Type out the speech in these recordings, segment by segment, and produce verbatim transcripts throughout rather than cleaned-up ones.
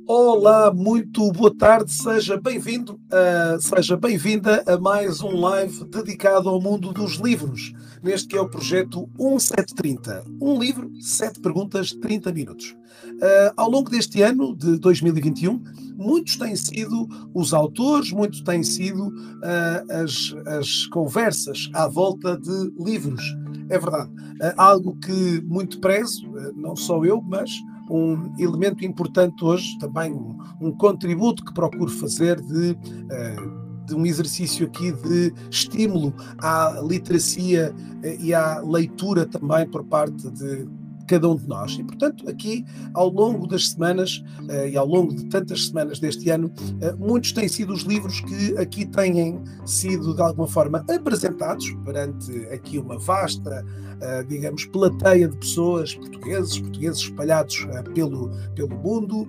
Olá, muito boa tarde, seja bem-vindo, uh, seja bem-vinda a mais um live dedicado ao mundo dos livros, neste que é o projeto um sete trinta. Um livro, sete perguntas, trinta minutos. Uh, ao longo deste ano de dois mil e vinte e um, muitos têm sido os autores, muitos têm sido uh, as, as conversas à volta de livros. É verdade, uh, algo que muito prezo, uh, não só eu, mas um elemento importante hoje, também um, um contributo que procuro fazer de, uh, de um exercício aqui de estímulo à literacia uh, e à leitura também por parte de cada um de nós. E, portanto, aqui, ao longo das semanas uh, e ao longo de tantas semanas deste ano, uh, muitos têm sido os livros que aqui têm sido, de alguma forma, apresentados perante aqui uma vasta, uh, digamos, plateia de pessoas, portugueses, portugueses espalhados uh, pelo, pelo mundo,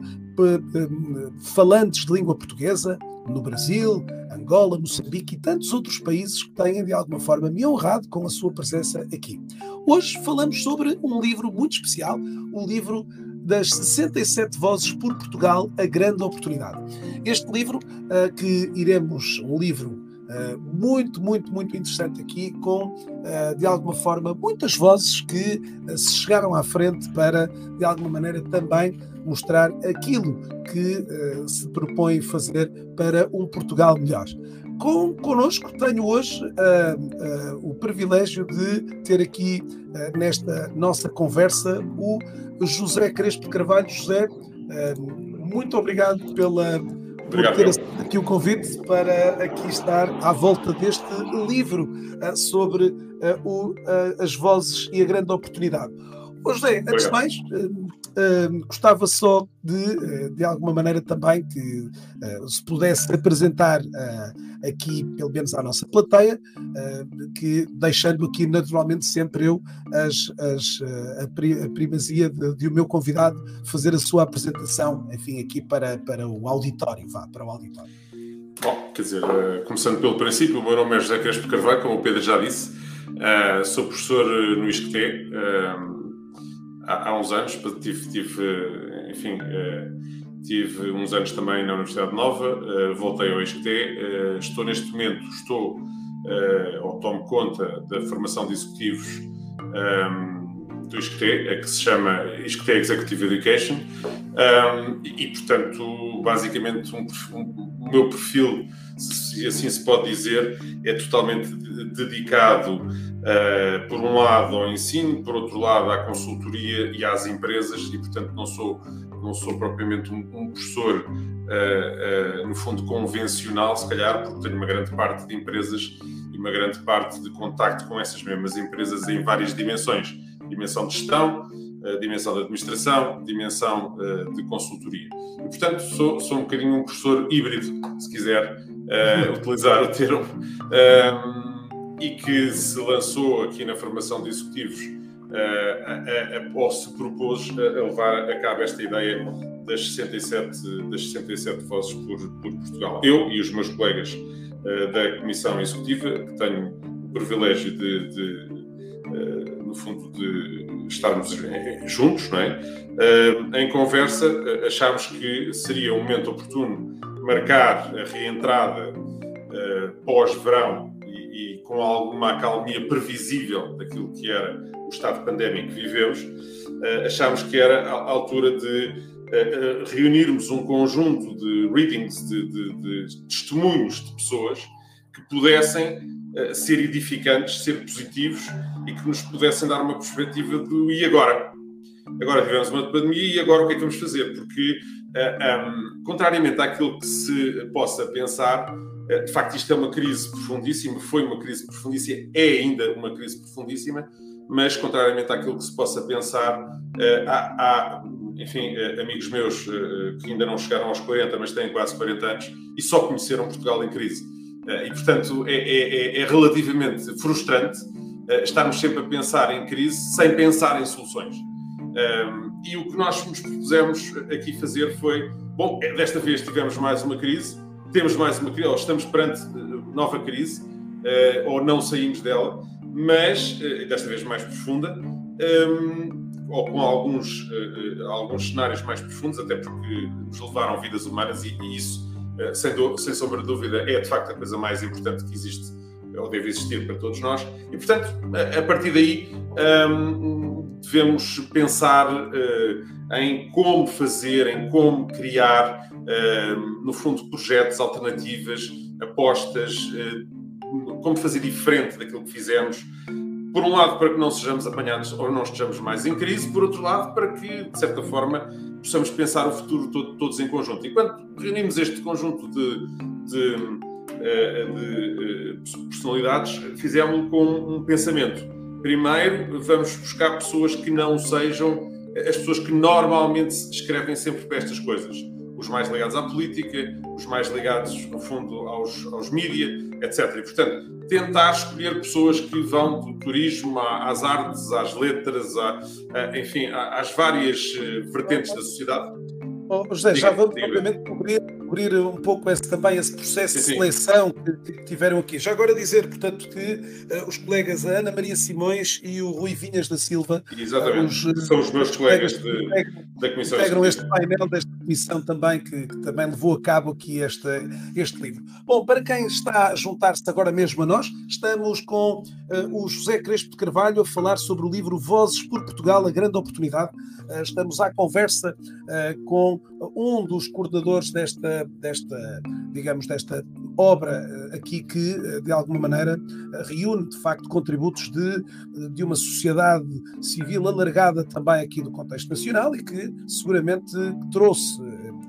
falantes de língua portuguesa, no Brasil, Angola, Moçambique e tantos outros países que têm, de alguma forma, me honrado com a sua presença aqui. Hoje falamos sobre um livro muito especial, um livro das sessenta e sete Vozes por Portugal, A Grande Oportunidade. Este livro, uh, que iremos, um livro Uh, muito, muito, muito interessante aqui, com, uh, de alguma forma, muitas vozes que uh, se chegaram à frente para, de alguma maneira, também mostrar aquilo que uh, se propõe fazer para um Portugal melhor. Com, connosco tenho hoje uh, uh, o privilégio de ter aqui, uh, nesta nossa conversa, o José Crespo de Carvalho. José, uh, muito obrigado pela... Obrigado, por ter aceito aqui o convite para aqui estar à volta deste livro uh, sobre uh, o, uh, as vozes e a grande oportunidade. Oh, José, antes de mais, uh, uh, gostava só de, uh, de alguma maneira também, que uh, se pudesse apresentar uh, aqui, pelo menos à nossa plateia, uh, que deixando aqui naturalmente sempre eu as, as, uh, a, pri, a primazia de, de o meu convidado fazer a sua apresentação, enfim, aqui para, para o auditório, vá, para o auditório. Bom, quer dizer, uh, começando pelo princípio, o meu nome é José Crespo de Carvalho, como o Pedro já disse, uh, sou professor no ISCTE, uh, há, há uns anos, tive, tive enfim, uh, tive uns anos também na Universidade Nova, uh, voltei ao ISCTE, uh, estou neste momento, estou, uh, ou tomo conta da formação de executivos um, do ISCTE, que se chama ISCTE Executive Education, um, e, e, portanto, basicamente, um, um, o meu perfil, se assim se pode dizer, é totalmente dedicado, uh, por um lado, ao ensino, por outro lado, à consultoria e às empresas, e, portanto, não sou, não sou propriamente um, um professor, uh, uh, no fundo, convencional, se calhar, porque tenho uma grande parte de empresas e uma grande parte de contacto com essas mesmas empresas em várias dimensões. Dimensão de gestão, uh, dimensão de administração, dimensão uh, de consultoria. E, portanto, sou, sou um bocadinho um professor híbrido, se quiser uh, utilizar o termo, um, e que se lançou aqui na formação de executivos, uh, a, a, a, ou se propôs a, a levar a cabo esta ideia das sessenta e sete, das sessenta e sete vozes por, por Portugal. Eu e os meus colegas uh, da Comissão Executiva, que tenho o privilégio de, de uh, no fundo, de estarmos juntos, não é? Uh, em conversa, achámos que seria um momento oportuno marcar a reentrada uh, pós-verão e, e com alguma acalmia previsível daquilo que era o estado pandémico que vivemos. Uh, achámos que era a altura de uh, uh, reunirmos um conjunto de readings, de, de, de testemunhos de pessoas que pudessem uh, ser edificantes, ser positivos e que nos pudessem dar uma perspectiva do e agora? Agora tivemos uma pandemia e agora o que é que vamos fazer? Porque, uh, um, contrariamente àquilo que se possa pensar, uh, de facto isto é uma crise profundíssima, foi uma crise profundíssima, é ainda uma crise profundíssima, mas contrariamente àquilo que se possa pensar, uh, há, há, enfim, uh, amigos meus uh, que ainda não chegaram aos quarenta, mas têm quase quarenta anos e só conheceram Portugal em crise. Uh, e, portanto, é, é, é relativamente frustrante uh, estarmos sempre a pensar em crise sem pensar em soluções. Um, e o que nós nos propusemos aqui fazer foi, bom, desta vez tivemos mais uma crise, temos mais uma crise, ou estamos perante nova crise, uh, ou não saímos dela, mas, uh, desta vez mais profunda, um, ou com alguns, uh, alguns cenários mais profundos, até porque nos levaram vidas humanas e, e isso, uh, sem, do, sem sombra de dúvida, é de facto a coisa mais importante que existe, ou deve existir para todos nós. E, portanto, a, a partir daí, um, devemos pensar uh, em como fazer, em como criar, uh, no fundo, projetos, alternativas, apostas, uh, como fazer diferente daquilo que fizemos. Por um lado, para que não sejamos apanhados ou não estejamos mais em crise. Por outro lado, para que, de certa forma, possamos pensar o futuro todo, todos em conjunto. E quando reunimos este conjunto de, de, de, de personalidades, fizemos-lo com um pensamento. Primeiro, vamos buscar pessoas que não sejam as pessoas que normalmente escrevem sempre para estas coisas. Os mais ligados à política, os mais ligados, no fundo, aos, aos mídia, etcétera. E, portanto, tentar escolher pessoas que vão do turismo às artes, às letras, à, a, enfim, às várias vertentes da sociedade. Oh, José, diga, já vamos, obviamente, cobrir, cobrir um pouco esse, também esse processo sim, sim. de seleção que, que tiveram aqui. Já agora dizer, portanto, que uh, os colegas a Ana Maria Simões e o Rui Vinhas da Silva Exatamente. Uh, os, são os meus os colegas, colegas de, integram, da Comissão integram este painel desta comissão também, que, que também levou a cabo aqui este, este livro. Bom, para quem está a juntar-se agora mesmo a nós, estamos com uh, o José Crespo de Carvalho a falar sobre o livro Vozes por Portugal, a grande oportunidade. Uh, estamos à conversa uh, com um dos coordenadores desta, desta, digamos, desta obra aqui que, de alguma maneira, reúne, de facto, contributos de, de uma sociedade civil alargada também aqui do contexto nacional e que seguramente trouxe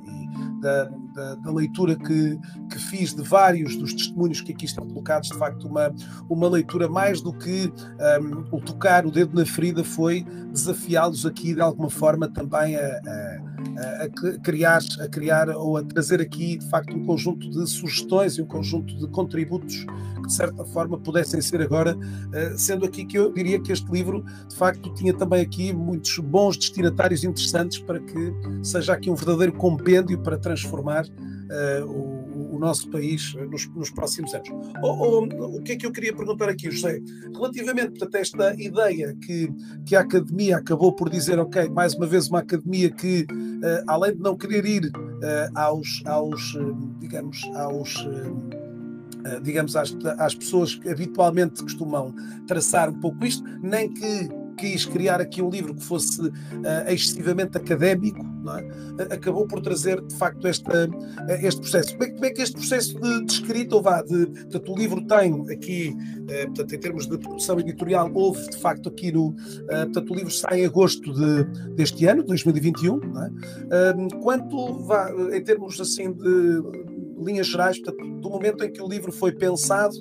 da, da, da leitura que, que fiz de vários dos testemunhos que aqui estão colocados, de facto, uma, uma leitura mais do que um, o tocar o dedo na ferida, foi desafiá-los aqui, de alguma forma, também a, a, a, criar, a criar ou a trazer aqui, de facto, um conjunto de sugestões e um conjunto de contributos que, de certa forma, pudessem ser agora, sendo aqui que eu diria que este livro, de facto, tinha também aqui muitos bons destinatários interessantes para que seja aqui um verdadeiro compêndio para transformar uh, o, o nosso país nos, nos próximos anos. O, o, o que é que eu queria perguntar aqui, José? Relativamente, portanto, a esta ideia que, que a Academia acabou por dizer, ok, mais uma vez uma Academia que, uh, além de não querer ir uh, aos, aos uh, digamos, aos... Uh, Uh, digamos, às, às pessoas que habitualmente costumam traçar um pouco isto, nem que quis criar aqui um livro que fosse uh, excessivamente académico, não é? Uh, acabou por trazer, de facto, esta, uh, este processo. Como é, como é que este processo de, de escrita, ou vá, de, portanto, o livro tem aqui, uh, portanto, em termos de produção editorial, houve, de facto, aqui no, uh, portanto, o livro sai em agosto de, deste ano, dois mil e vinte e um, não é? Uh, quanto, vá, em termos, assim, de linhas gerais, portanto, do momento em que o livro foi pensado,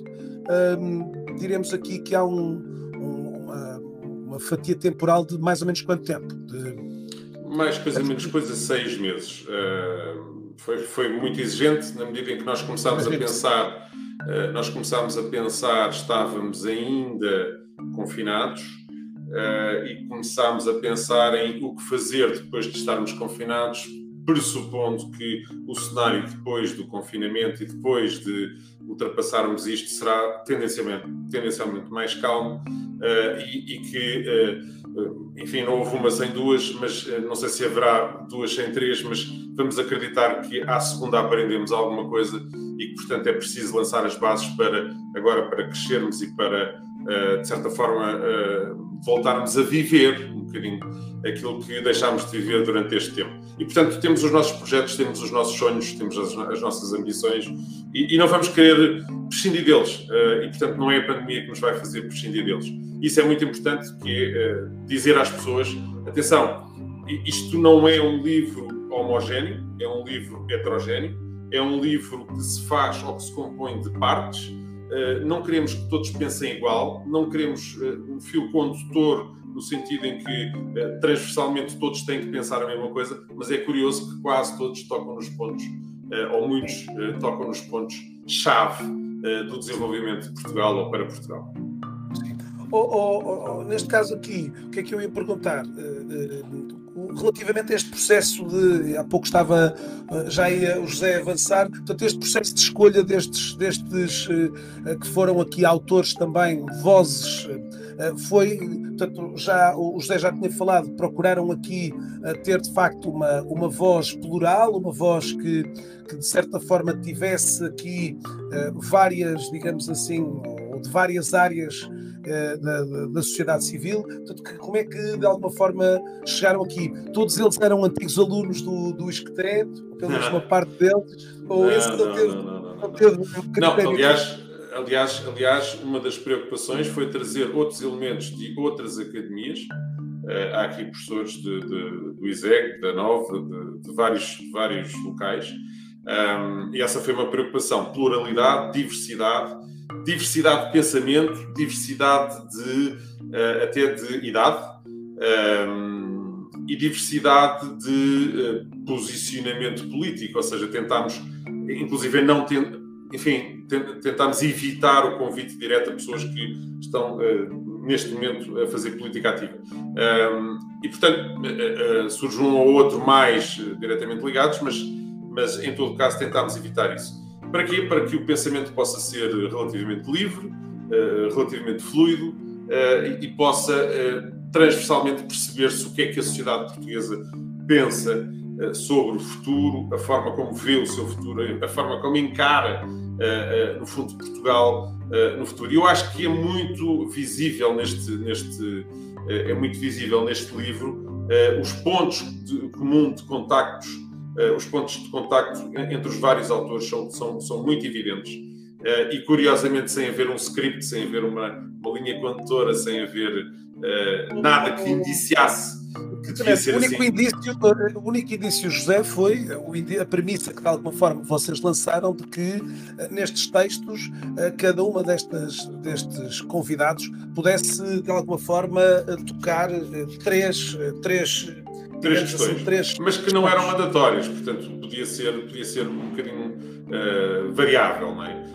hum, diremos aqui que há um, um, uma, uma fatia temporal de mais ou menos quanto tempo? De... Mais coisa, menos coisa, seis meses. Uh, foi, foi muito exigente, na medida em que nós começámos a pensar, uh, nós começámos a pensar, estávamos ainda confinados, uh, e começámos a pensar em o que fazer depois de estarmos confinados, pressupondo que o cenário depois do confinamento e depois de ultrapassarmos isto será tendencialmente, tendencialmente mais calmo, uh, e, e que, uh, enfim, não houve uma sem duas, mas uh, não sei se haverá duas sem três, mas vamos acreditar que à segunda aprendemos alguma coisa e que, portanto, é preciso lançar as bases para, agora, para crescermos e para, uh, de certa forma, uh, voltarmos a viver um bocadinho aquilo que deixámos de viver durante este tempo. E, portanto, temos os nossos projetos, temos os nossos sonhos, temos as, as nossas ambições e, e não vamos querer prescindir deles. Uh, e, portanto, não é a pandemia que nos vai fazer prescindir deles. Isso é muito importante, que é uh, dizer às pessoas, atenção, isto não é um livro homogéneo, é um livro heterogéneo, é um livro que se faz ou que se compõe de partes. Uh, não queremos que todos pensem igual, não queremos uh, um fio condutor no sentido em que uh, transversalmente todos têm que pensar a mesma coisa, mas é curioso que quase todos tocam nos pontos, uh, ou muitos uh, tocam nos pontos-chave uh, do desenvolvimento de Portugal ou para Portugal. Oh, oh, oh, neste caso aqui, o que é que eu ia perguntar? Uh, uh, relativamente a este processo de, há pouco estava, já ia o José avançar, portanto, este processo de escolha destes, destes uh, que foram aqui autores também, vozes, uh, foi, portanto, já, o José já tinha falado, procuraram aqui ter de facto uma, uma voz plural, uma voz que, que de certa forma tivesse aqui várias, digamos assim, ou de várias áreas Da, da, da sociedade civil. Portanto, que, como é que de alguma forma chegaram aqui? Todos eles eram antigos alunos do, do ISCTE, pelo menos uma parte deles, ou não, esse não, não, teve, não, não, não, não teve um não, critério? aliás, aliás, aliás, uma das preocupações foi trazer outros elementos de outras academias. Uh, há aqui professores de, de, do ISEG, da NOVE, de, de vários, vários locais, um, e essa foi uma preocupação: pluralidade, diversidade, diversidade de pensamento, diversidade de, uh, até de idade, um, e diversidade de uh, posicionamento político, ou seja, tentámos, inclusive, não ten, enfim, tentámos evitar o convite direto a pessoas que estão uh, neste momento a fazer política ativa. Um, e, portanto, uh, uh, surge um ou outro mais uh, diretamente ligados, mas, mas, em todo caso, tentámos evitar isso. Para quê? Para que o pensamento possa ser relativamente livre, uh, relativamente fluido, uh, e, e possa uh, transversalmente perceber-se o que é que a sociedade portuguesa pensa uh, sobre o futuro, a forma como vê o seu futuro, a forma como encara, uh, uh, no fundo, Portugal uh, no futuro. E eu acho que é muito visível neste, neste, uh, é muito visível neste livro uh, os pontos de, comum de contactos. Uh, os pontos de contacto entre os vários autores são, são, são muito evidentes, uh, e curiosamente sem haver um script, sem haver uma, uma linha condutora, sem haver uh, nada que indiciasse que devia ser o único assim. Indício, o único indício, José, foi a premissa que de alguma forma vocês lançaram de que nestes textos cada uma destas, destes convidados pudesse de alguma forma tocar três, três Três questões, assim, três mas que não eram mandatórias, portanto, podia ser, podia ser um bocadinho uh, variável, não é?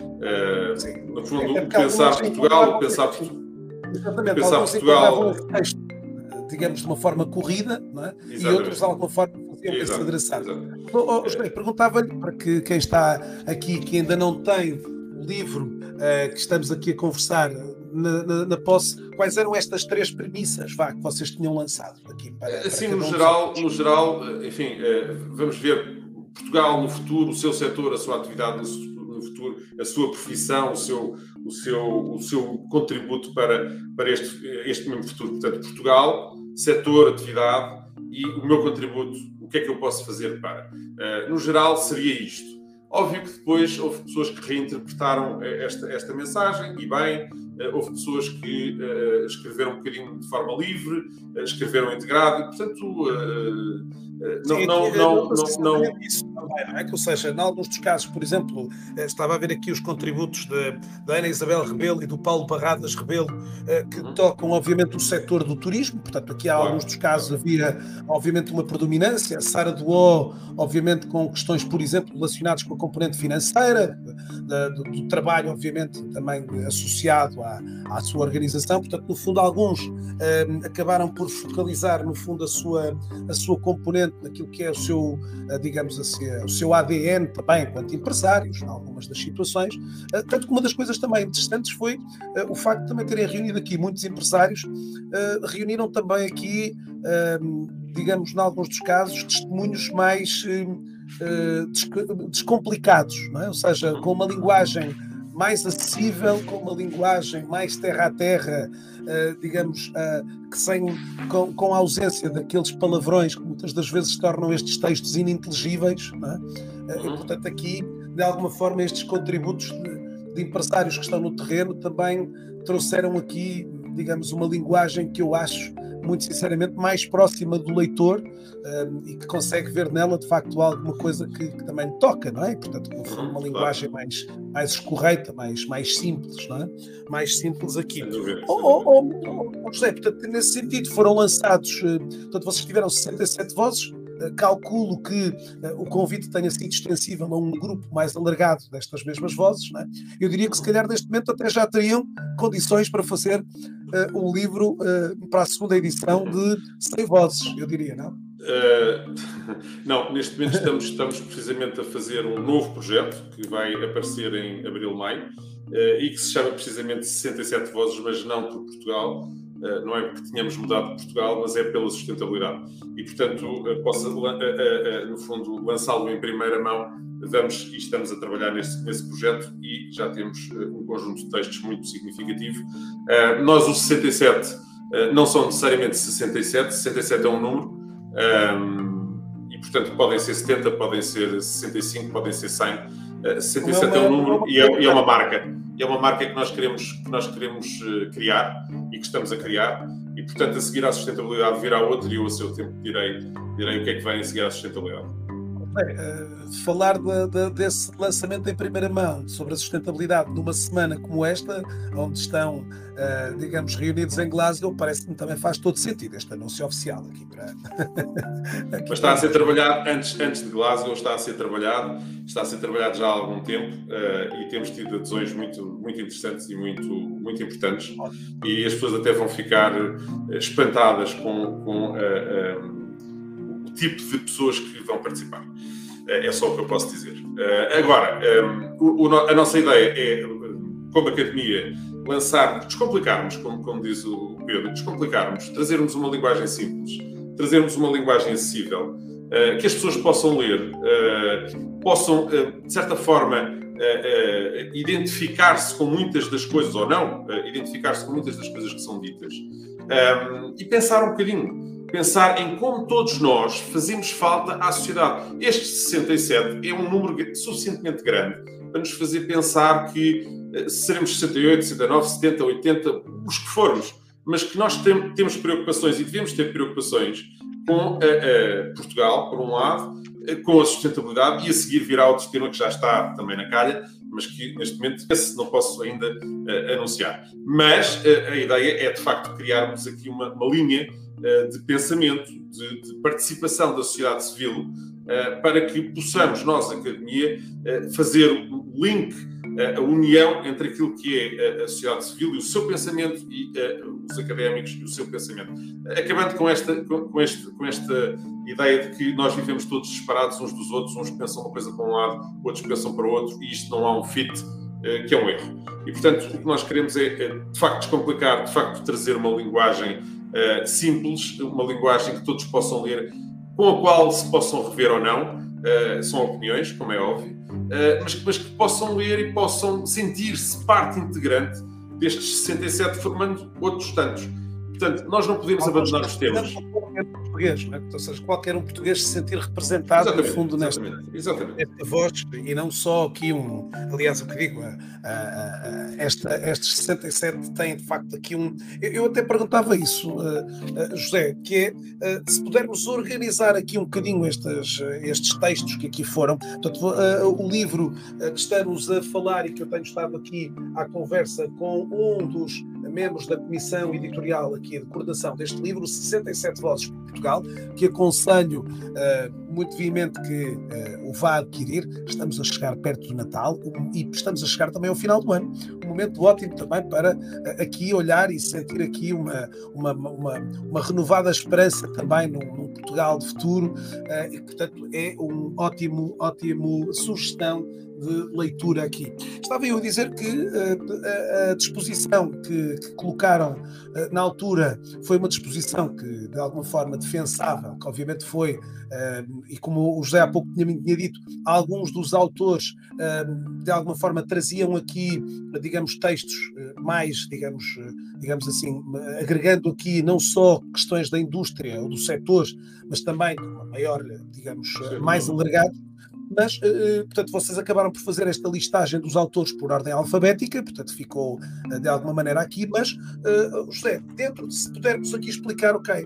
Uh, no fundo, é, o pensar Portugal, o pensar, exatamente, pensar Portugal, texto, digamos, de uma forma corrida, não é? E outros, de alguma forma, faziam esse adereçado. Oh, oh, José, perguntava-lhe, para que quem está aqui, que ainda não tem o livro uh, que estamos aqui a conversar na, na, na posse, quais eram estas três premissas, vá, que vocês tinham lançado aqui? Para, assim, para no, um geral, no geral, enfim, vamos ver Portugal no futuro, o seu setor, a sua atividade no futuro, a sua profissão, o seu, o seu, o seu contributo para, para este, este mesmo futuro. Portanto, Portugal, setor, atividade e o meu contributo, o que é que eu posso fazer para? No geral, seria isto. Óbvio que depois houve pessoas que reinterpretaram esta, esta mensagem, e bem, houve pessoas que uh, escreveram um bocadinho de forma livre, uh, escreveram integrado, e portanto uh, uh, não, Sim, não, aqui, não, não, não, não, não... Isso também, não é? Que, ou seja, em alguns dos casos, por exemplo, estava a ver aqui os contributos da Ana Isabel Rebelo e do Paulo Barradas Rebelo, que uhum. tocam, obviamente, o setor do turismo. Portanto, aqui há claro. alguns dos casos havia, obviamente, uma predominância. A Sara Duó, obviamente, com questões, por exemplo, relacionadas com a componente financeira, do, do trabalho, obviamente, também associado à, à sua organização. Portanto, no fundo, alguns um, acabaram por focalizar, no fundo, a sua, a sua componente naquilo que é o seu, digamos assim, o seu A D N também, enquanto empresários, em algumas das situações. Tanto que uma das coisas também interessantes foi o facto de também terem reunido aqui muitos empresários, reuniram também aqui, digamos, em alguns dos casos, testemunhos mais descomplicados, não é? Ou seja, com uma linguagem mais acessível, com uma linguagem mais terra a terra, uh, digamos, uh, que sem, com, com a ausência daqueles palavrões que muitas das vezes tornam estes textos ininteligíveis, não é? Uh, e, portanto, aqui, de alguma forma, estes contributos de, de empresários que estão no terreno também trouxeram aqui, digamos, uma linguagem que eu acho, muito sinceramente, mais próxima do leitor, um, e que consegue ver nela, de facto, alguma coisa que, que também lhe toca, não é? E, portanto, uma, uma linguagem mais, mais escorreita, mais, mais simples, não é? Mais simples aqui. Oh, oh, oh, oh, José, portanto, nesse sentido, foram lançados, portanto, vocês tiveram sessenta e sete vozes. Calculo que uh, o convite tenha sido extensível a um grupo mais alargado destas mesmas vozes, não é? Eu diria que se calhar neste momento até já teriam condições para fazer uh, um livro uh, para a segunda edição de cem vozes, eu diria, não? Uh, não, neste momento estamos, estamos precisamente a fazer um novo projeto que vai aparecer em abril, maio, e que se chama precisamente sessenta e sete Vozes, mas não por Portugal. Não é porque tínhamos mudado de Portugal, mas é pela sustentabilidade. E, portanto, possa, no fundo, lançá-lo em primeira mão. Vamos e estamos a trabalhar nesse, nesse projeto e já temos um conjunto de textos muito significativo. Nós, os sessenta e sete, não são necessariamente sessenta e sete, sessenta e sete é um número, e, portanto, podem ser setenta, podem ser sessenta e cinco, podem ser cem. sessenta e sete é um número e é, e é uma marca. É uma marca que nós queremos, que nós queremos uh, criar e que estamos a criar. E, portanto, a seguir à sustentabilidade virá outro e eu, a seu tempo, direi, direi o que é que vem a seguir à sustentabilidade. Bem, uh, falar de, de, desse lançamento em primeira mão sobre a sustentabilidade numa semana como esta, onde estão, uh, digamos, reunidos em Glasgow, parece-me também faz todo sentido este anúncio oficial aqui para... aqui Mas está a ser trabalhado, antes, antes de Glasgow, está a ser trabalhado, está a ser trabalhado já há algum tempo uh, e temos tido adesões muito, muito interessantes e muito, muito importantes. E as pessoas até vão ficar uh, espantadas com... com uh, uh, tipo de pessoas que vão participar. É só o que eu posso dizer. Agora, a nossa ideia é, como academia, lançar, descomplicarmos, como, como diz o Pedro, descomplicarmos, trazermos uma linguagem simples, trazermos uma linguagem acessível, que as pessoas possam ler, possam, de certa forma, identificar-se com muitas das coisas, ou não, identificar-se com muitas das coisas que são ditas, e pensar um bocadinho, pensar em como todos nós fazemos falta à sociedade. Este sessenta e sete é um número suficientemente grande para nos fazer pensar que seremos sessenta e oito, sessenta e nove, setenta, oitenta, os que formos, mas que nós tem, temos preocupações e devemos ter preocupações com a, a Portugal, por um lado, com a sustentabilidade, e a seguir virá outro tema que já está também na calha, mas que neste momento esse não posso ainda uh, anunciar. Mas uh, a ideia é, de facto, criarmos aqui uma, uma linha uh, de pensamento, de, de participação da sociedade civil, uh, para que possamos, nós, Academia, uh, fazer o link, uh, a união entre aquilo que é a sociedade civil e o seu pensamento e uh, os académicos e o seu pensamento. Acabando com esta, com, com, este, com esta ideia de que nós vivemos todos separados uns dos outros, uns pensam uma coisa para um lado, outros pensam para o outro, e isto não há um fit, uh, que é um erro. E, portanto, o que nós queremos é, é, de facto, descomplicar, de facto, trazer uma linguagem uh, simples, uma linguagem que todos possam ler, com a qual se possam rever ou não, uh, são opiniões, como é óbvio, uh, mas, mas que possam ler e possam sentir-se parte integrante destes sessenta e sete, formando outros tantos. Portanto, nós não podemos abandonar os temas. Português, não é? Ou seja, qualquer um português se sentir representado, exatamente, no fundo, nesta, exatamente. nesta voz, e não só aqui um, aliás, o que digo, a, a, a, esta, estes sessenta e sete têm de facto aqui um, eu, eu até perguntava isso, uh, uh, José, que é, uh, se pudermos organizar aqui um bocadinho estes, uh, estes textos que aqui foram, portanto, uh, o livro uh, que estamos a falar e que eu tenho estado aqui à conversa com um dos membros da comissão editorial aqui de coordenação deste livro, sessenta e sete Vozes por Portugal, que aconselho uh, muito veemente que uh, o vá adquirir. Estamos a chegar perto do Natal um, e estamos a chegar também ao final do ano. Um momento ótimo também para uh, aqui olhar e sentir aqui uma, uma, uma, uma renovada esperança também num, num Portugal de futuro, uh, e portanto é um ótimo, ótimo sugestão de leitura aqui. Estava eu a dizer que uh, a, a disposição que, que colocaram uh, na altura foi uma disposição que, de alguma forma, defensável, que obviamente foi, uh, e como o José há pouco tinha, tinha dito, alguns dos autores, uh, de alguma forma, traziam aqui, digamos, textos uh, mais, digamos, uh, digamos assim, agregando aqui não só questões da indústria ou do setor, mas também de uma maior, digamos, uh, mais alargado. Mas, portanto, vocês acabaram por fazer esta listagem dos autores por ordem alfabética, portanto, ficou de alguma maneira aqui, mas, José, dentro, se pudermos aqui explicar, ok,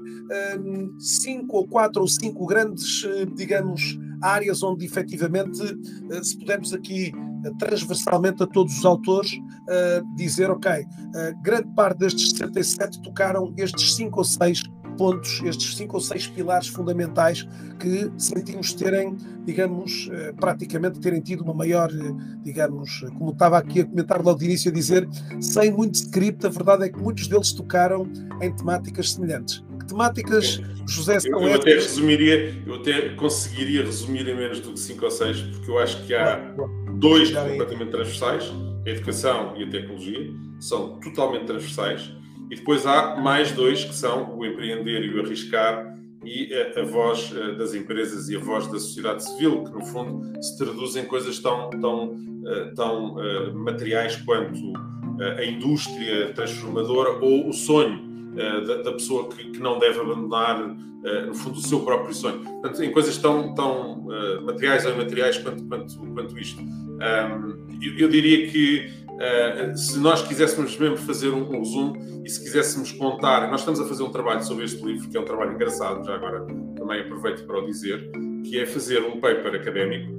cinco ou quatro ou cinco grandes, digamos, áreas onde, efetivamente, se pudermos aqui, transversalmente a todos os autores, dizer, ok, grande parte destes sessenta e sete tocaram estes cinco ou seis pontos, estes cinco ou seis pilares fundamentais que sentimos terem, digamos, praticamente terem tido uma maior, digamos, como estava aqui a comentar logo de início, a dizer, sem muito script, a verdade é que muitos deles tocaram em temáticas semelhantes. Que temáticas, José, são eu, eu até resumiria, eu até conseguiria resumir em menos do que cinco ou seis, porque eu acho que há dois completamente transversais, a educação e a tecnologia, são totalmente transversais, e depois há mais dois, que são o empreender e o arriscar, e a, a voz uh, das empresas e a voz da sociedade civil, que no fundo se traduzem em coisas tão, tão, uh, tão uh, materiais quanto uh, a indústria transformadora ou o sonho uh, da, da pessoa que, que não deve abandonar, uh, no fundo, o seu próprio sonho. Portanto, em coisas tão, tão uh, materiais ou imateriais quanto, quanto, quanto isto. Um, eu, eu diria que Uh, se nós quiséssemos mesmo fazer um, um resumo e se quiséssemos contar, nós estamos a fazer um trabalho sobre este livro, que é um trabalho engraçado, já agora também aproveito para o dizer, que é fazer um paper académico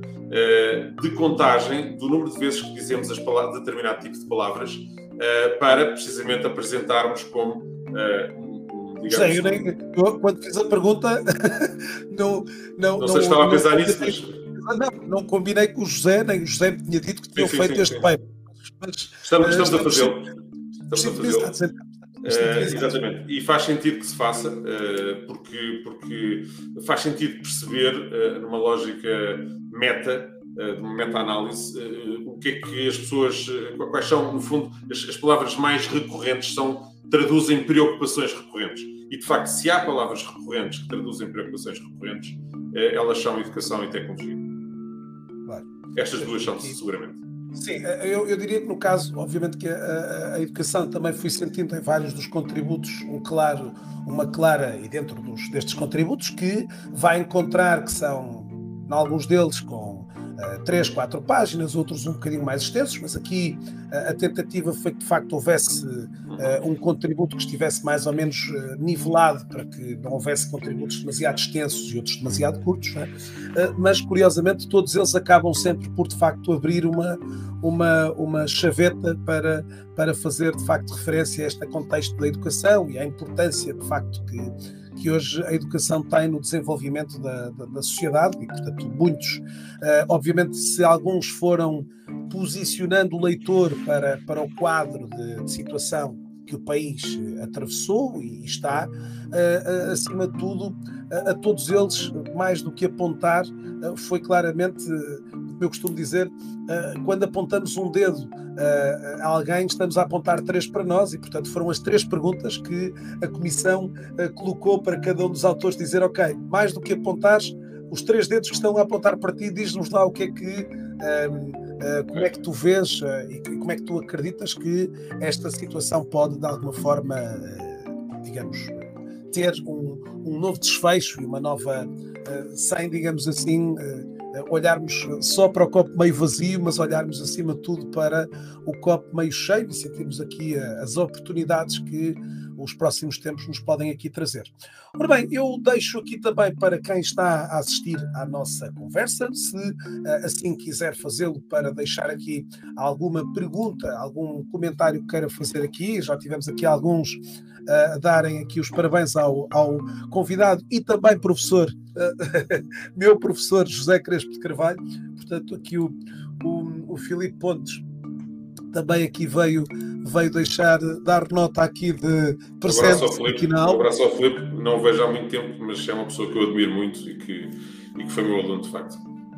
uh, de contagem do número de vezes que dizemos as palavras, determinado tipo de palavras, uh, para precisamente apresentarmos como uh, um, digamos, Sei, eu nem, eu, quando fiz a pergunta não, não, não sei se estava a pensar nisso, mas... não, não combinei com o José, nem o José me tinha dito que tinham sim, feito sim, este sim. paper. Mas, estamos, estamos a fazê-lo. Estamos a fazê-lo. Uh, exatamente. E faz sentido que se faça, uh, porque, porque faz sentido perceber, uh, numa lógica meta, uh, de uma meta-análise, uh, o que é que as pessoas, uh, quais são, no fundo, as, as palavras mais recorrentes são, traduzem preocupações recorrentes. E, de facto, se há palavras recorrentes que traduzem preocupações recorrentes, uh, elas são educação e tecnologia. Claro. Estas duas são, seguramente. Sim, eu, eu diria que no caso, obviamente que a, a educação também fui sentindo em vários dos contributos um claro, uma clara, e dentro dos, destes contributos, que vai encontrar que são, em alguns deles, com uh, três, quatro páginas, outros um bocadinho mais extensos, mas aqui uh, a tentativa foi que de facto houvesse uh, um contributo que estivesse mais ou menos uh, nivelado, para que não houvesse contributos demasiado extensos e outros demasiado curtos, né? uh, mas curiosamente todos eles acabam sempre por de facto abrir uma Uma, uma chaveta para, para fazer de facto referência a este contexto da educação e à importância de facto que, que hoje a educação tem no desenvolvimento da, da, da sociedade e portanto muitos, uh, obviamente se alguns foram posicionando o leitor para, para o quadro de, de situação que o país atravessou e está, uh, uh, acima de tudo, uh, a todos eles, mais do que apontar, uh, foi claramente, uh, eu costumo dizer, uh, quando apontamos um dedo uh, a alguém, estamos a apontar três para nós e, portanto, foram as três perguntas que a Comissão uh, colocou para cada um dos autores dizer, ok, mais do que apontares, os três dedos que estão a apontar para ti, diz-nos lá o que é que... Um, Uh, como é que tu vês uh, e como é que tu acreditas que esta situação pode, de alguma forma, uh, digamos, ter um, um novo desfecho e uma nova, uh, sem, digamos assim, uh, olharmos só para o copo meio vazio, mas olharmos, acima de tudo, para o copo meio cheio e sentirmos aqui uh, as oportunidades que os próximos tempos nos podem aqui trazer. Ora bem, eu deixo aqui também para quem está a assistir à nossa conversa, se uh, assim quiser fazê-lo, para deixar aqui alguma pergunta, algum comentário que queira fazer aqui. Já tivemos aqui alguns uh, a darem aqui os parabéns ao, ao convidado e também professor, uh, meu professor José Crespo de Carvalho. Portanto, aqui o, o, o Filipe Pontes também aqui veio, veio deixar, dar nota aqui de presente aqui na aula. Um abraço ao Filipe, não o vejo há muito tempo, mas é uma pessoa que eu admiro muito e que, e que foi meu aluno, de facto.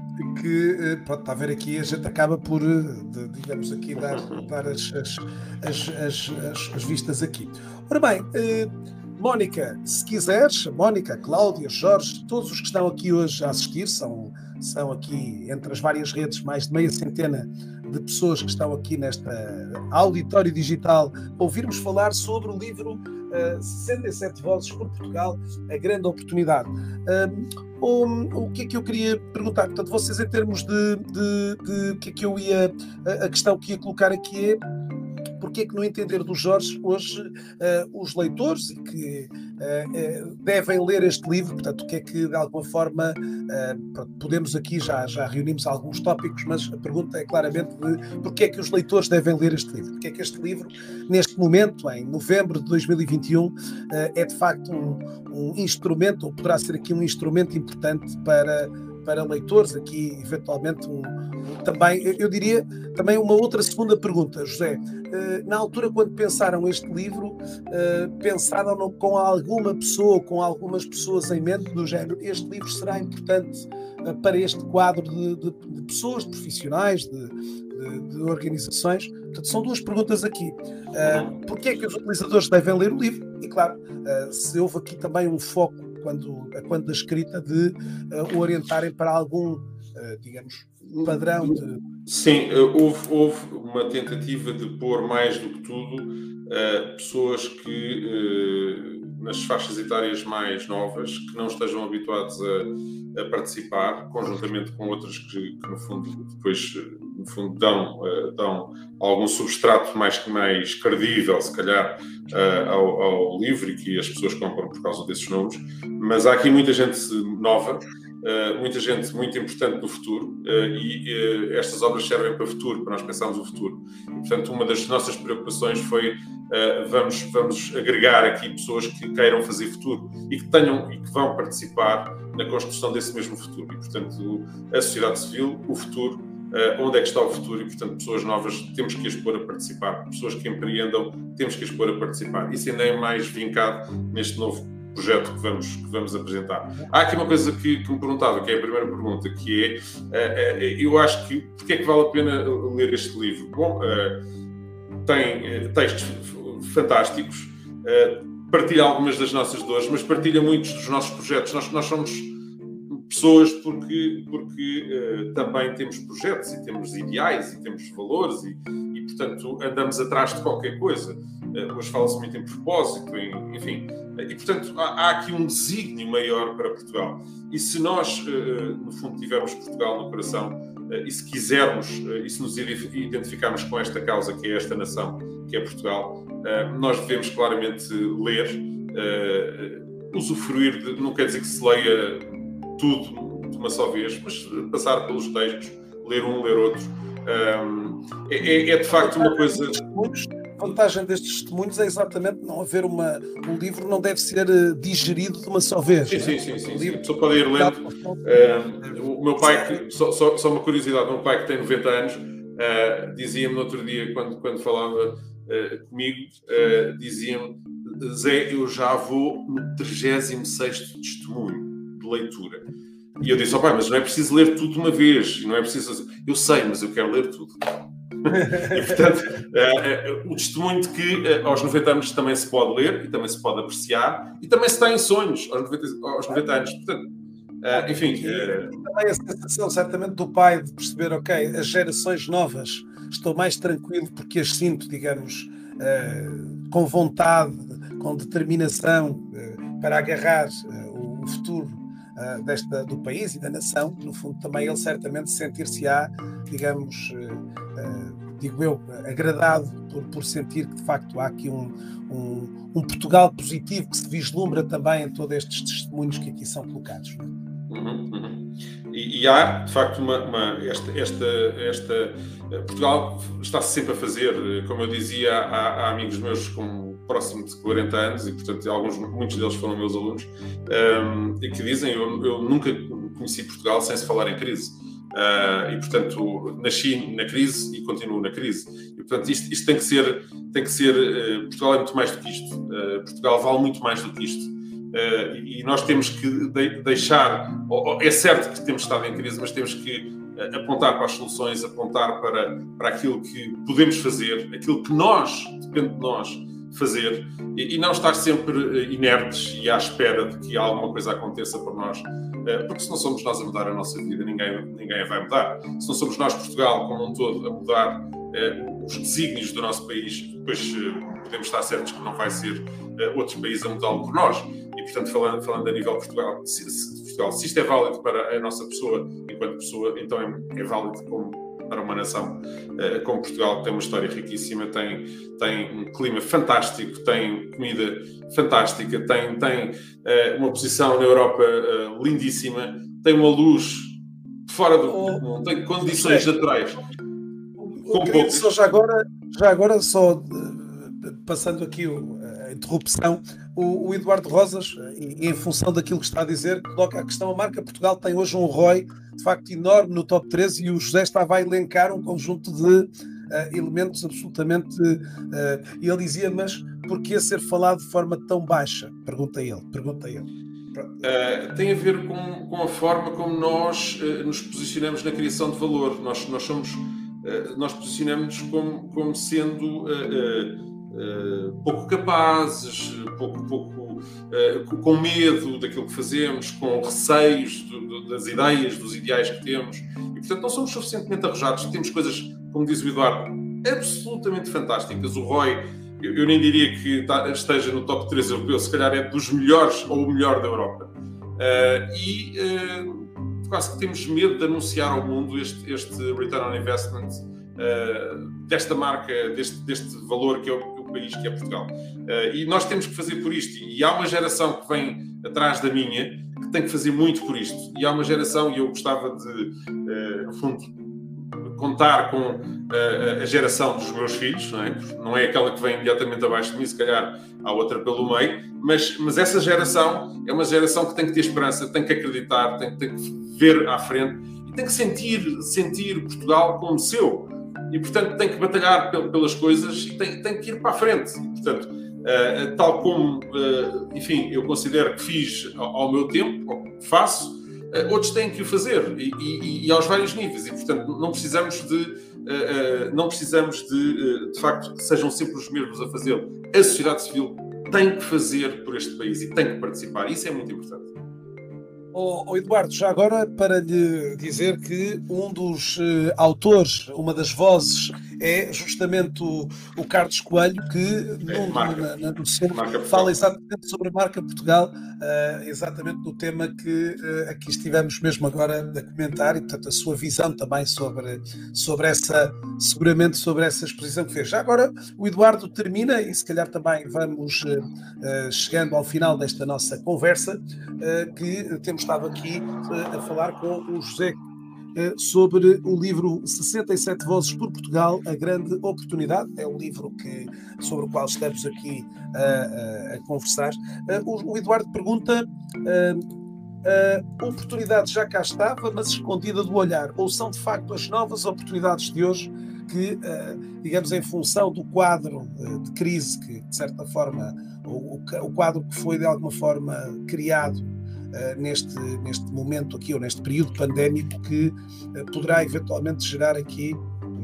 Que, pronto, está a ver aqui, a gente acaba por, de, digamos aqui, dar, dar as, as, as, as, as vistas aqui. Ora bem, eh, Mónica, se quiseres, Mónica, Cláudia, Jorge, todos os que estão aqui hoje a assistir, são, são aqui entre as várias redes, mais de meia centena de pessoas que estão aqui nesta auditório digital, ouvirmos falar sobre o livro uh, sessenta e sete Vozes por Portugal, a grande oportunidade. Um, um, o que é que eu queria perguntar? Portanto, vocês em termos de, de, de o que é que eu ia, a, a questão que ia colocar aqui é porque é que, no entender do Jorge, hoje uh, os leitores e que uh, uh, devem ler este livro, portanto, o que é que, de alguma forma, uh, pronto, podemos aqui, já, já reunimos alguns tópicos, mas a pergunta é claramente de porque é que os leitores devem ler este livro, porque é que este livro, neste momento, em novembro de dois mil e vinte e um, uh, é de facto um, um instrumento, ou poderá ser aqui um instrumento importante para para leitores, aqui eventualmente um, um, também, eu diria, também uma outra segunda pergunta, José. Uh, na altura, quando pensaram este livro, uh, pensaram no, com alguma pessoa, com algumas pessoas em mente, do género, este livro será importante uh, para este quadro de, de, de pessoas, de profissionais, de, de, de organizações? Portanto, são duas perguntas aqui. Uh, Porquê é que os utilizadores devem ler o livro? E claro, uh, se houve aqui também um foco, quando, quando da escrita, de uh, orientarem para algum, uh, digamos, padrão de... Sim, houve, houve uma tentativa de pôr mais do que tudo uh, pessoas que, uh, nas faixas etárias mais novas, que não estejam habituados a, a participar, conjuntamente com outras que, que no fundo, depois, no fundo, dão, uh, dão algum substrato mais, mais credível, se calhar, uh, ao, ao livro, e que as pessoas compram por causa desses nomes. Mas há aqui muita gente nova, Uh, muita gente muito importante no futuro, uh, e uh, estas obras servem para o futuro, para nós pensarmos o futuro. E, portanto, uma das nossas preocupações foi uh, vamos, vamos agregar aqui pessoas que queiram fazer futuro e que tenham e que vão participar na construção desse mesmo futuro. E, portanto, a sociedade civil, o futuro, uh, onde é que está o futuro? E, portanto, pessoas novas temos que as pôr a participar, pessoas que empreendam temos que as pôr a participar. Isso ainda é mais vincado neste novo projeto que vamos, que vamos apresentar. Há aqui uma coisa que, que me perguntava, que é a primeira pergunta, que é, uh, uh, eu acho que, porque é que vale a pena ler este livro? Bom, uh, tem uh, textos fantásticos, uh, partilha algumas das nossas dores, mas partilha muitos dos nossos projetos. Nós, nós somos pessoas porque, porque uh, também temos projetos e temos ideais e temos valores e, e portanto, andamos atrás de qualquer coisa. Uh, hoje fala-se muito em propósito, em, enfim. E, portanto, há, há aqui um desígnio maior para Portugal. E se nós, uh, no fundo, tivermos Portugal no coração, uh, e se quisermos, uh, e se nos identificarmos com esta causa, que é esta nação, que é Portugal, uh, nós devemos claramente ler, uh, usufruir, de, não quer dizer que se leia tudo de uma só vez, mas passar pelos textos, ler um, ler outro. Um, é, é de facto uma coisa... A vantagem destes testemunhos é exatamente não haver uma... O livro não deve ser uh, digerido de uma só vez. Sim, né? sim, sim. sim, o sim. livro... A pessoa pode ir lendo. Uh, o meu pai, que, só, só, só uma curiosidade, o meu pai que tem noventa anos, uh, dizia-me no outro dia, quando, quando falava uh, comigo, uh, dizia-me: Zé, eu já vou no trigésimo sexto testemunho de leitura. E eu disse: ó pai, mas não é preciso ler tudo de uma vez. Não é preciso... Eu sei, mas eu quero ler tudo. E, portanto, uh, uh, o testemunho de que uh, aos noventa anos também se pode ler e também se pode apreciar e também se tem sonhos aos noventa, aos noventa anos. Portanto, uh, enfim... E, uh... e também a sensação, certamente, do pai de perceber, ok, as gerações novas, estou mais tranquilo porque as sinto, digamos, uh, com vontade, com determinação uh, para agarrar uh, o, o futuro Uh, desta, do país e da nação. No fundo, também ele certamente sentir-se-á, digamos, uh, uh, digo eu, agradado por, por sentir que de facto há aqui um, um, um Portugal positivo que se vislumbra também em todos estes testemunhos que aqui são colocados. Não é? Uhum, uhum. E, e há, de facto, uma, uma, esta, esta, esta... Portugal está-se sempre a fazer, como eu dizia, há, há amigos meus com próximo de quarenta anos, e portanto alguns, muitos deles foram meus alunos, um, e que dizem: eu, eu nunca conheci Portugal sem se falar em crise. Uh, e portanto nasci na crise e continuo na crise. E portanto isto, isto tem que ser, tem que ser uh, Portugal é muito mais do que isto. Uh, Portugal vale muito mais do que isto. Uh, e nós temos que de, deixar, é certo que temos estado em crise, mas temos que uh, apontar para as soluções, apontar para, para aquilo que podemos fazer, aquilo que nós, depende de nós, fazer, e, e não estar sempre uh, inertes e à espera de que alguma coisa aconteça por nós, uh, porque se não somos nós a mudar a nossa vida, ninguém, ninguém a vai mudar. Se não somos nós, Portugal, como um todo, a mudar uh, os desígnios do nosso país, depois uh, podemos estar certos que não vai ser uh, outros países a mudá-lo por nós. E, portanto, falando, falando a nível de Portugal, se, se, Portugal, se isto é válido para a nossa pessoa, enquanto pessoa, então é, é válido como, para uma nação uh, como Portugal, que tem uma história riquíssima, tem, tem um clima fantástico, tem comida fantástica, tem, tem uh, uma posição na Europa uh, lindíssima, tem uma luz fora do comum, tem condições naturais. Com poucos. Só já agora, já agora só uh, passando aqui o, a interrupção. O, o Eduardo Rosas, e, e em função daquilo que está a dizer, coloca a questão: a marca Portugal tem hoje um R O I de facto enorme no top treze, e o José estava a elencar um conjunto de uh, elementos absolutamente... Uh, e ele dizia, mas porquê ser falado de forma tão baixa? Pergunta ele, pergunta ele. Uh, tem a ver com, com a forma como nós uh, nos posicionamos na criação de valor. Nós, nós somos, uh, nós posicionamos como, como sendo uh, uh, uh, pouco capazes, pouco, pouco uh, com medo daquilo que fazemos, com receios do, do, das ideias, dos ideais que temos. E, portanto, não somos suficientemente arrojados. Temos coisas, como diz o Eduardo, absolutamente fantásticas. O R O I, eu, eu nem diria que esteja no top três europeu, se calhar é dos melhores ou o melhor da Europa. Uh, e uh, quase que temos medo de anunciar ao mundo este, este return on investment uh, desta marca, deste, deste valor que é o, o país, que é Portugal. Uh, e nós temos que fazer por isto. E há uma geração que vem atrás da minha que tem que fazer muito por isto. E há uma geração, e eu gostava de, uh, no fundo, contar com uh, a geração dos meus filhos, não é? Não é aquela que vem imediatamente abaixo de mim, se calhar há outra pelo meio, mas, mas essa geração é uma geração que tem que ter esperança, tem que acreditar, tem, tem que ver à frente e tem que sentir, sentir Portugal como seu. E, portanto, tem que batalhar pelas coisas e tem, tem que ir para a frente. E, portanto, uh, tal como, uh, enfim, eu considero que fiz ao, ao meu tempo, ou que faço, Uh, outros têm que o fazer, e, e, e aos vários níveis, e portanto não precisamos de, uh, uh, não precisamos de, uh, de facto, que sejam sempre os mesmos a fazê-lo. A sociedade civil tem que fazer por este país e tem que participar, isso é muito importante. Oh, oh Eduardo, já agora para lhe dizer que um dos uh, autores, uma das vozes, é justamente o, o Carlos Coelho, que é, no, marca, na, na seu, fala exatamente sobre a marca Portugal, uh, exatamente no tema que uh, aqui estivemos mesmo agora a comentar, e portanto a sua visão também sobre, sobre essa, seguramente sobre essa exposição que fez. Já agora o Eduardo termina, e se calhar também vamos uh, uh, chegando ao final desta nossa conversa, uh, que temos estado aqui uh, a falar com o José uh, sobre o livro sessenta e sete Vozes por Portugal, a Grande Oportunidade. É um livro que, sobre o qual estamos aqui uh, uh, a conversar. Uh, o, o Eduardo pergunta: uh, a oportunidade já cá estava, mas escondida do olhar, ou são de facto as novas oportunidades de hoje que, uh, digamos, em função do quadro uh, de crise que, de certa forma, o, o quadro que foi de alguma forma criado Uh, neste, neste momento aqui, ou neste período pandémico, que uh, poderá eventualmente gerar aqui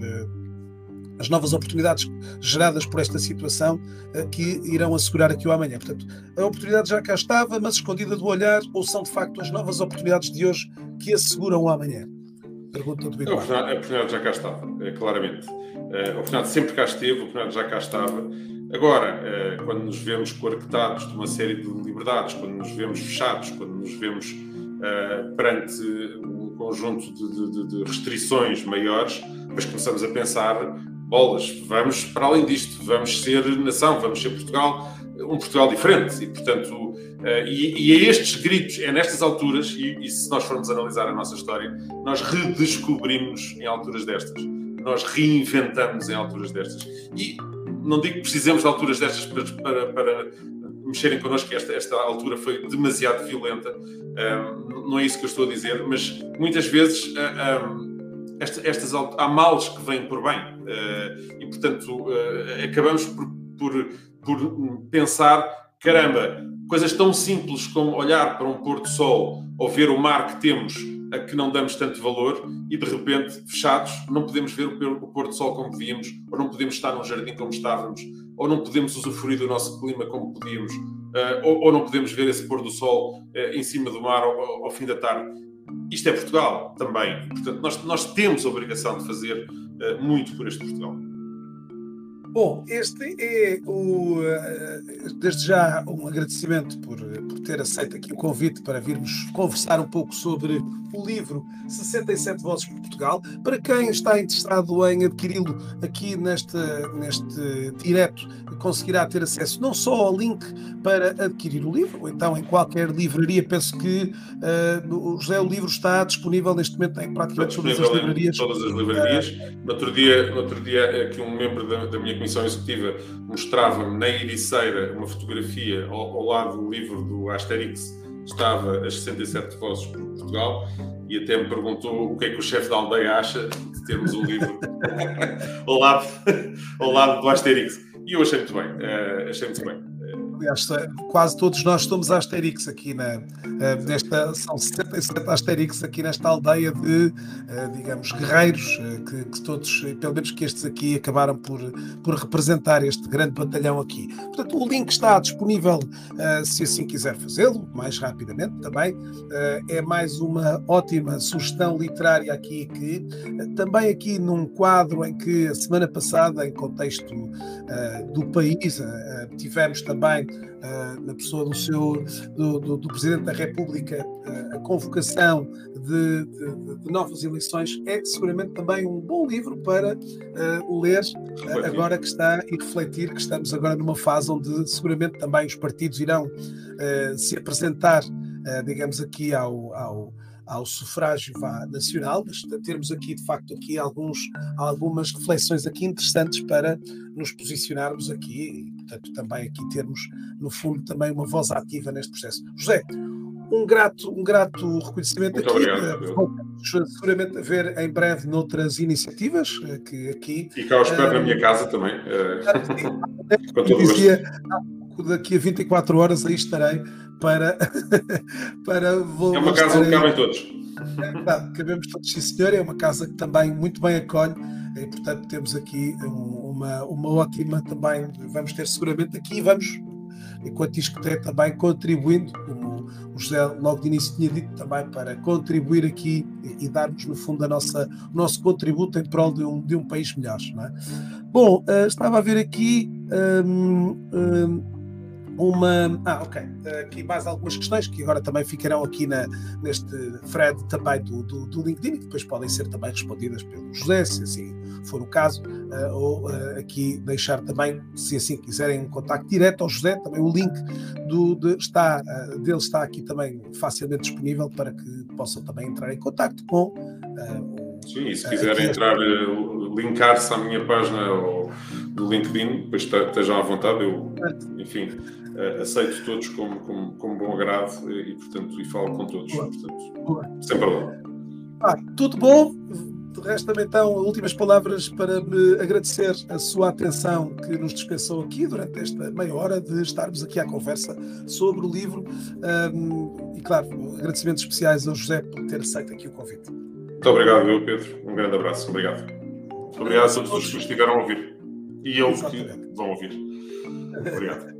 uh, as novas oportunidades geradas por esta situação uh, que irão assegurar aqui o amanhã. Portanto, a oportunidade já cá estava, mas escondida do olhar, ou são de facto as novas oportunidades de hoje que asseguram o amanhã? Pergunta do Eduardo. A oportunidade já cá estava, é, claramente. A oportunidade sempre cá esteve, a oportunidade já cá estava. Agora, quando nos vemos coartados de uma série de liberdades, quando nos vemos fechados, quando nos vemos uh, perante um conjunto de, de, de restrições maiores, depois começamos a pensar: bolas, vamos para além disto, vamos ser nação, vamos ser Portugal, um Portugal diferente. E, portanto, uh, e, e a estes gritos, é nestas alturas, e, e se nós formos analisar a nossa história, nós redescobrimos em alturas destas, nós reinventamos em alturas destas. E não digo que precisemos de alturas destas para, para, para mexerem connosco, que esta, esta altura foi demasiado violenta, um, não é isso que eu estou a dizer, mas muitas vezes um, esta, estas, há males que vêm por bem, uh, e portanto uh, acabamos por, por, por pensar: caramba, coisas tão simples como olhar para um pôr do sol ou ver o mar que temos, a que não damos tanto valor, e de repente, fechados, não podemos ver o pôr do sol como devíamos, ou não podemos estar num jardim como estávamos, ou não podemos usufruir do nosso clima como podíamos, uh, ou, ou não podemos ver esse pôr do sol uh, em cima do mar ao, ao fim da tarde. Isto é Portugal também. Portanto, nós, nós temos a obrigação de fazer uh, muito por este Portugal. Bom, este é o, desde já um agradecimento por, por ter aceito aqui o convite para virmos conversar um pouco sobre o livro sessenta e sete Vozes por Portugal. Para quem está interessado em adquiri-lo aqui neste, neste direto, conseguirá ter acesso não só ao link para adquirir o livro, ou então em qualquer livraria. Penso que uh, o José, o livro está disponível neste momento em praticamente todas as livrarias. Todas as livrarias. No outro dia, no outro dia aqui um membro da, da minha Comissão Executiva mostrava-me na Ericeira uma fotografia ao, ao lado do livro do Asterix, estava as sessenta e sete vozes por Portugal, e até me perguntou o que é que o chefe da aldeia acha de termos um livro ao, lado, ao lado do Asterix. E eu achei muito bem, uh, achei muito bem. Aliás, quase todos nós somos Asterix aqui na, nesta, são sessenta e sete Asterix aqui nesta aldeia de, digamos, guerreiros, que, que todos, pelo menos que estes aqui, acabaram por, por representar este grande batalhão aqui. Portanto, o link está disponível, se assim quiser fazê-lo, mais rapidamente também. É mais uma ótima sugestão literária aqui, que também aqui num quadro em que a semana passada, em contexto do país, tivemos também Uh, na pessoa do, seu, do, do, do Presidente da República, uh, a convocação de, de, de novas eleições, é seguramente também um bom livro para uh, ler, uh, agora que está, e refletir que estamos agora numa fase onde seguramente também os partidos irão uh, se apresentar, uh, digamos aqui ao, ao ao sufrágio vá, nacional, mas termos aqui, de facto, aqui alguns, algumas reflexões aqui interessantes para nos posicionarmos aqui e, portanto, também aqui termos, no fundo, também uma voz ativa neste processo. José, um grato, um grato reconhecimento. Muito aqui. Obrigado, seguramente a ver em breve noutras iniciativas que aqui... Fica ao espero uh, na minha casa também. Uh, com todo dizia, daqui a vinte e quatro horas aí estarei para... para vou, é uma casa onde cabem todos. É verdade, cabemos todos, sim senhor. É uma casa que também muito bem acolhe e, portanto, temos aqui uma, uma ótima também, vamos ter seguramente aqui, vamos, enquanto isto que é também contribuindo, como o José logo de início tinha dito, também para contribuir aqui e, e darmos, no fundo, a nossa, o nosso contributo em prol de um, de um país melhor, não é? Bom, uh, estava a ver aqui... Um, um, Uma. Ah, ok. Aqui mais algumas questões que agora também ficarão aqui na, neste thread também do, do, do LinkedIn, e que depois podem ser também respondidas pelo José, se assim for o caso, uh, ou uh, aqui deixar também, se assim quiserem, um contacto direto ao José. Também o link do, de, está, uh, dele está aqui também facilmente disponível para que possam também entrar em contacto com uh, Sim, e se quiserem uh, entrar, uh, linkar-se à minha página ou do LinkedIn, depois estejam à vontade. Eu, enfim, uh, aceito todos como, como, como bom agrado e, portanto, e falo com todos. Boa. Portanto, Boa. Sem problema. Ah, tudo bom? Resta-me então últimas palavras para me agradecer a sua atenção que nos dispensou aqui durante esta meia hora de estarmos aqui à conversa sobre o livro. Um, e, claro, agradecimentos especiais ao José por ter aceito aqui o convite. Muito obrigado, eu, Pedro. Um grande abraço. Obrigado. Obrigado a todos os que estiveram a ouvir. E eu que vão ouvir. Obrigado.